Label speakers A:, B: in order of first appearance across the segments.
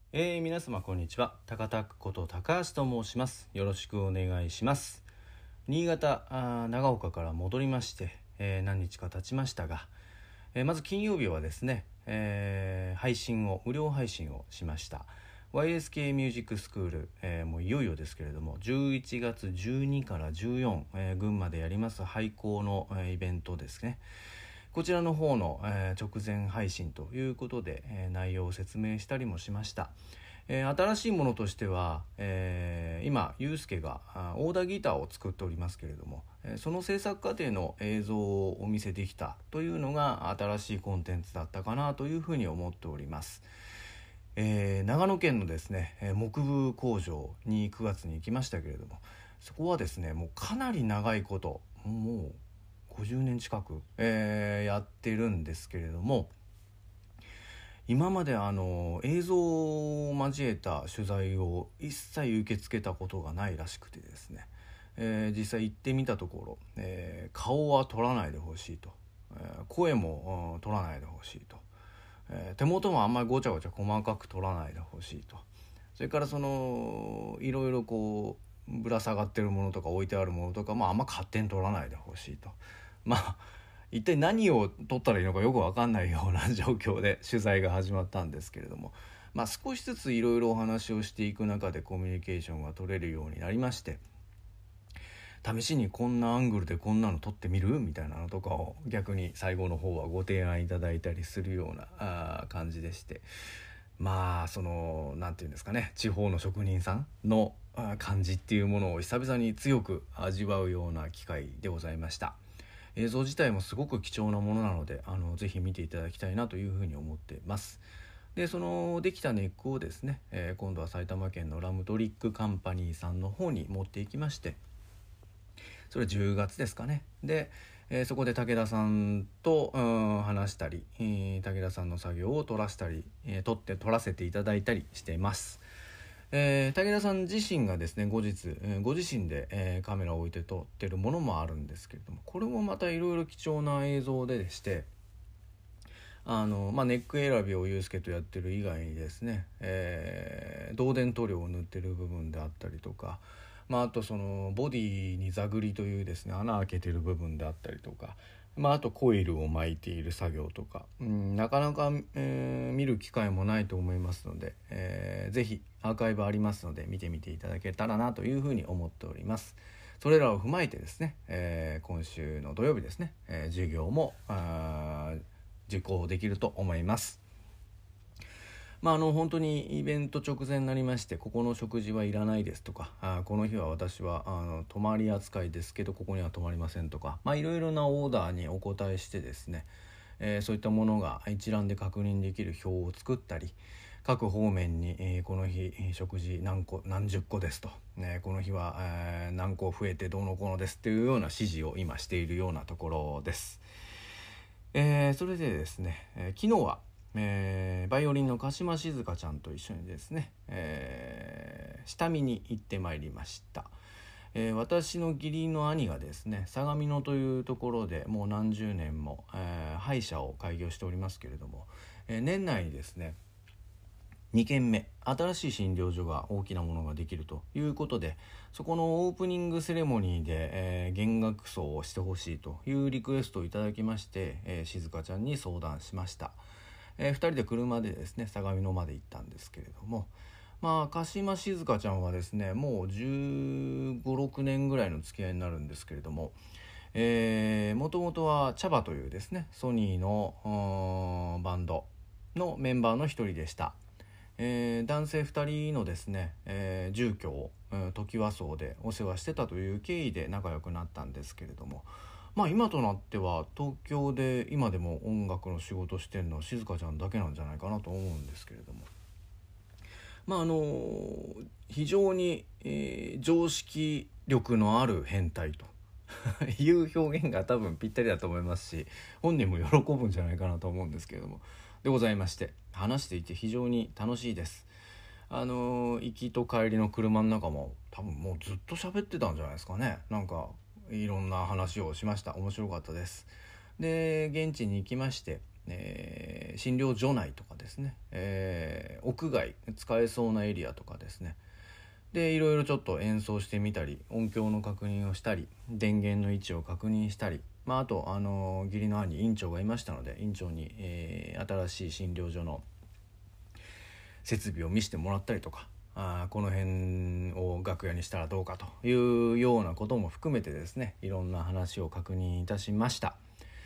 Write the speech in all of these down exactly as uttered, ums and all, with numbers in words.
A: えー、皆様こんにちは。高田こと高橋と申します。よろしくお願いします。新潟あ長岡から戻りまして、えー、何日か経ちましたが、えー、まず金曜日はですね、えー、配信を無料配信をしました ワイエスケー ミュージックスクール、えー、もういよいよですけれどもじゅういちがつじゅうにからじゅうよん、えー、群馬でやります廃校の、えー、イベントですね。こちらの方の、えー、直前配信ということで、えー、内容を説明したりもしました。えー、新しいものとしては、えー、今ゆうすけがオーダーギターを作っておりますけれども、えー、その制作過程の映像をお見せできたというのが新しいコンテンツだったかなというふうに思っております。えー、長野県のですね木部工場にくがつに行きましたけれども、そこはですねもうかなり長いこともうごじゅうねん近く、えー、やってるんですけれども、今まであの映像を交えた取材を一切受け付けたことがないらしくてですね、えー、実際行ってみたところ、えー、顔は撮らないでほしいと、えー、声も、うん、撮らないでほしいと、えー、手元もあんまりごちゃごちゃ細かく撮らないでほしいと、それからそのいろいろこうぶら下がってるものとか置いてあるものとかもあんま勝手に撮らないでほしいと、まあ一体何を撮ったらいいのかよく分かんないような状況で取材が始まったんですけれども、まあ、少しずついろいろお話をしていく中でコミュニケーションが取れるようになりまして、試しにこんなアングルでこんなの撮ってみるみたいなのとかを逆に最後の方はご提案いただいたりするようなあ感じでして、まあそのなんていうんですかね、地方の職人さんの感じっていうものを久々に強く味わうような機会でございました。映像自体もすごく貴重なものなので、あのぜひ見ていただきたいなというふうに思っています。でそのできたネックをですね、えー、今度は埼玉県のラムトリックカンパニーさんの方に持っていきまして、それはじゅうがつですかね。で、えー、そこで武田さんと、うん、話したり、えー、武田さんの作業を撮らせたり、えー、撮って撮らせていただいたりしています。えー、武田さん自身がですね後日、えー、ご自身で、えー、カメラを置いて撮ってるものもあるんですけれども、これもまたいろいろ貴重な映像ででして、あの、まあ、ネック選びをユースケとやってる以外にですね、えー、導電塗料を塗ってる部分であったりとか、まあ、あとそのボディに座繰りというですね穴開けてる部分であったりとか、まあ、あとコイルを巻いている作業とか、うん、なかなか、えー、見る機会もないと思いますので、えー、ぜひアーカイブありますので見てみていただけたらなというふうに思っております。それらを踏まえてですね、えー、今週の土曜日ですね、えー、授業もあ受講できると思います。まあ、あの本当にイベント直前になりまして、ここの食事はいらないですとか、あこの日は私はあの泊まり扱いですけどここには泊まりませんとか、まあ、いろいろなオーダーにお答えしてですね、えー、そういったものが一覧で確認できる表を作ったり、各方面に、えー、この日食事何個何十個ですと、ね、この日は、えー、何個増えてどうのこうのですっていうような指示を今しているようなところです。えー、それでですね、えー、昨日は、えー、バイオリンの鹿島静香ちゃんと一緒にですね、えー、下見に行ってまいりました。えー、私の義理の兄がですね相模野というところでもう何十年も、えー、歯医者を開業しておりますけれども、えー、年内にですねにけんめ新しい診療所が大きなものができるということで、そこのオープニングセレモニーで、えー、弦楽奏をしてほしいというリクエストをいただきまして、えー、静香ちゃんに相談しました。えー、ふたりで車でですね相模野まで行ったんですけれども、まあ鹿島静香ちゃんはですねもうじゅうご、ろくねんぐらいの付き合いになるんですけれども、えー、もともとはチャバというですねソニーのバンドのメンバーの一人でした。えー、男性ふたりのですね、えー、住居を、えー、トキワ荘でお世話してたという経緯で仲良くなったんですけれども、まあ今となっては東京で今でも音楽の仕事してるのは静香ちゃんだけなんじゃないかなと思うんですけれども、まああのー、非常に、えー、常識力のある変態という表現が多分ぴったりだと思いますし、本人も喜ぶんじゃないかなと思うんですけれども、でございまして、話していて非常に楽しいです。あの行きと帰りの車の中も多分もうずっと喋ってたんじゃないですかね。なんかいろんな話をしました。面白かったです。で現地に行きまして、 えー、診療所内とかですね、えー、屋外使えそうなエリアとかですね、でいろいろちょっと演奏してみたり、音響の確認をしたり、電源の位置を確認したり、まあ、あと、あの義理の兄院長がいましたので、院長に、えー、新しい診療所の設備を見せてもらったりとか、あこの辺を楽屋にしたらどうかというようなことも含めてですね、いろんな話を確認いたしました。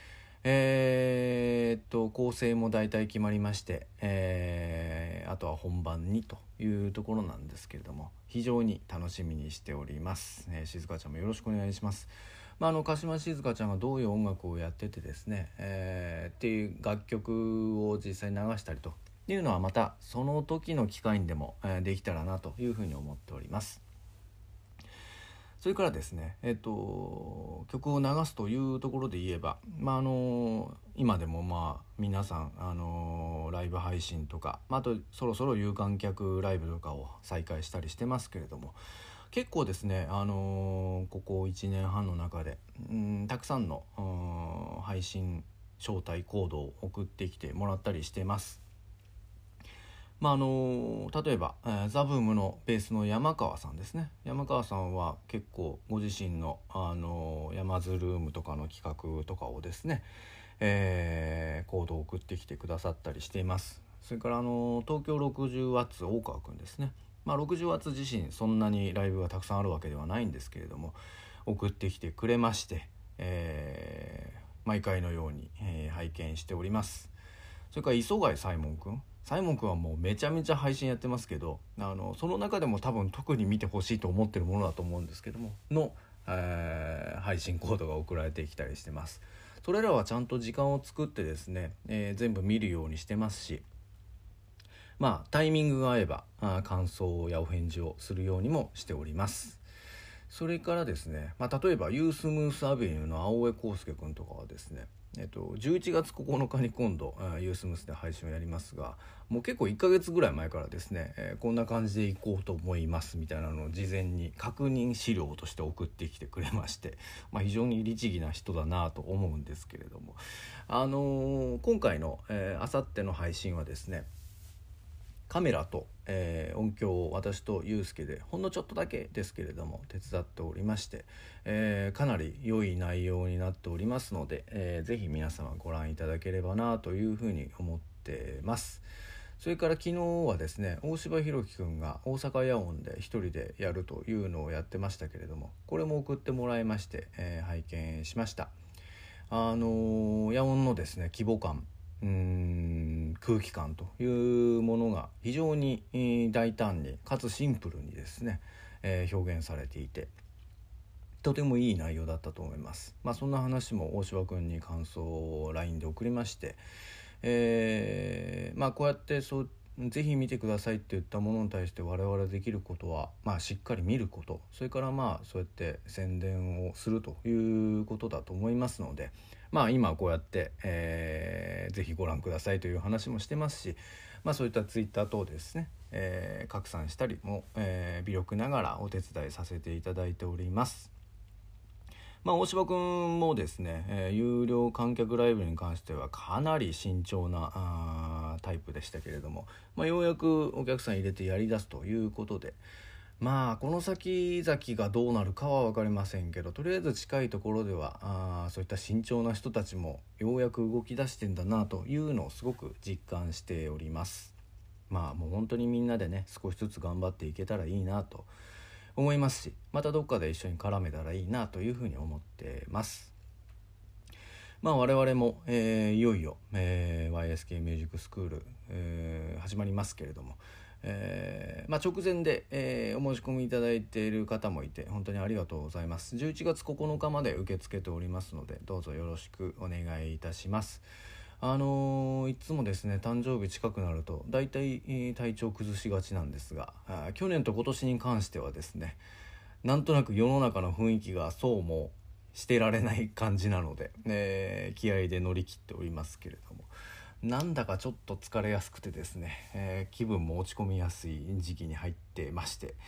A: えー、っと構成も大体決まりまして、えー、あとは本番にというところなんですけれども、非常に楽しみにしております。えー、静香ちゃんもよろしくお願いします。まあ、あの鹿島静香ちゃんがどういう音楽をやっててですね、えー、っていう楽曲を実際に流したりというのは、またその時の機会にでも、えー、できたらなというふうに思っております。それからですね、えっと、曲を流すというところで言えば、まあ、あの今でもまあ皆さん、あのライブ配信とか、あとそろそろ有観客ライブとかを再開したりしてますけれども、結構ですね、あのここいちねんはんの中で、うん、たくさんの配信招待コードを送ってきてもらったりしてます。まああの例えば、えー、ザブームのベースの山川さんですね。山川さんは結構ご自身の、あのー、山津ルームとかの企画とかをですね、えー、コードを送ってきてくださったりしています。それから、あのー、東京 ろくじゅうワッツ 大川くんですね。まあ、ろくじゅうワッツ 自身そんなにライブがたくさんあるわけではないんですけれども、送ってきてくれまして、えー、毎回のように、えー、拝見しております。それから磯貝サイモンくんサイモン君はもうめちゃめちゃ配信やってますけど、あのその中でも多分特に見てほしいと思ってるものだと思うんですけどもの、えー、配信コードが送られてきたりしてます。それらはちゃんと時間を作ってですね、えー、全部見るようにしてますし、まあタイミングが合えばあ感想やお返事をするようにもしております。それからですね、まあ、例えばユースムースアベニューの青江康介くんとかはですね、えっと、じゅういちがつここのかに今度ユースムースで配信をやりますが、もう結構いっかげつぐらい前からですね、えー、こんな感じでいこうと思いますみたいなのを事前に確認資料として送ってきてくれまして、まあ、非常に律儀な人だなと思うんですけれども、あのー、今回のあさっての配信はですね、カメラと、えー、音響を私とユうスケでほんのちょっとだけですけれども手伝っておりまして、えー、かなり良い内容になっておりますので、えー、ぜひ皆様ご覧いただければなというふうに思ってます。それから昨日はですね、大柴弘樹くんが大阪野音で一人でやるというのをやってましたけれども、これも送ってもらいまして、えー、拝見しました。あのー、野音のですね規模感、うーん空気感というものが非常に大胆にかつシンプルにですね、えー、表現されていてとてもいい内容だったと思います。まあ、そんな話も大柴くんに感想を ライン で送りまして、えー、まあこうやってそうぜひ見てくださいって言ったものに対して我々できることは、まあ、しっかり見ること、それからまあそうやって宣伝をするということだと思いますので、まあ今こうやって、えー、ぜひご覧くださいという話もしてますし、まあそういったツイッター等ですね、えー、拡散したりも、えー、微力ながらお手伝いさせていただいております。まあ、大柴くんもですね、えー、有料観客ライブに関してはかなり慎重なあタイプでしたけれども、まあ、ようやくお客さん入れてやりだすということで、まあこの先々がどうなるかは分かりませんけど、とりあえず近いところではあそういった慎重な人たちもようやく動き出してんだなというのをすごく実感しております。まあもう本当にみんなでね少しずつ頑張っていけたらいいなと思いますし、またどっかで一緒に絡めたらいいなというふうに思ってます。まあ我々も、えー、いよいよ、えー、ワイエスケー ミュージックスクール、えー、始まりますけれども、えーまあ、直前で、えー、お申し込みいただいている方もいて本当にありがとうございます。じゅういちがつここのかまで受け付けておりますので、どうぞよろしくお願いいたします。あのー、いつもですね誕生日近くなるとだいたい体調崩しがちなんですが、あ去年と今年に関してはですね、なんとなく世の中の雰囲気がそうもしてられない感じなので、えー、気合で乗り切っておりますけれども、なんだかちょっと疲れやすくてですね、えー、気分も落ち込みやすい時期に入ってまして、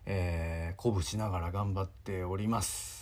A: えー、鼓舞しながら頑張っております、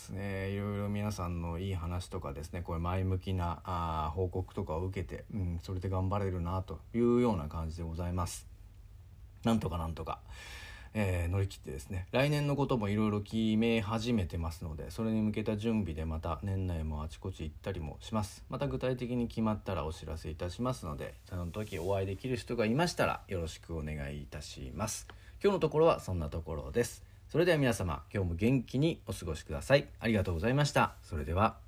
A: えー、いろいろ皆さんのいい話とかですね、これ前向きなあ報告とかを受けて、うん、それで頑張れるなというような感じでございます。なんとかなんとか、えー、乗り切ってですね、来年のこともいろいろ決め始めてますので、それに向けた準備でまた年内もあちこち行ったりもします。また具体的に決まったらお知らせいたしますので、その時お会いできる人がいましたらよろしくお願いいたします。今日のところはそんなところです。それでは皆様、今日も元気にお過ごしください。ありがとうございました。それでは。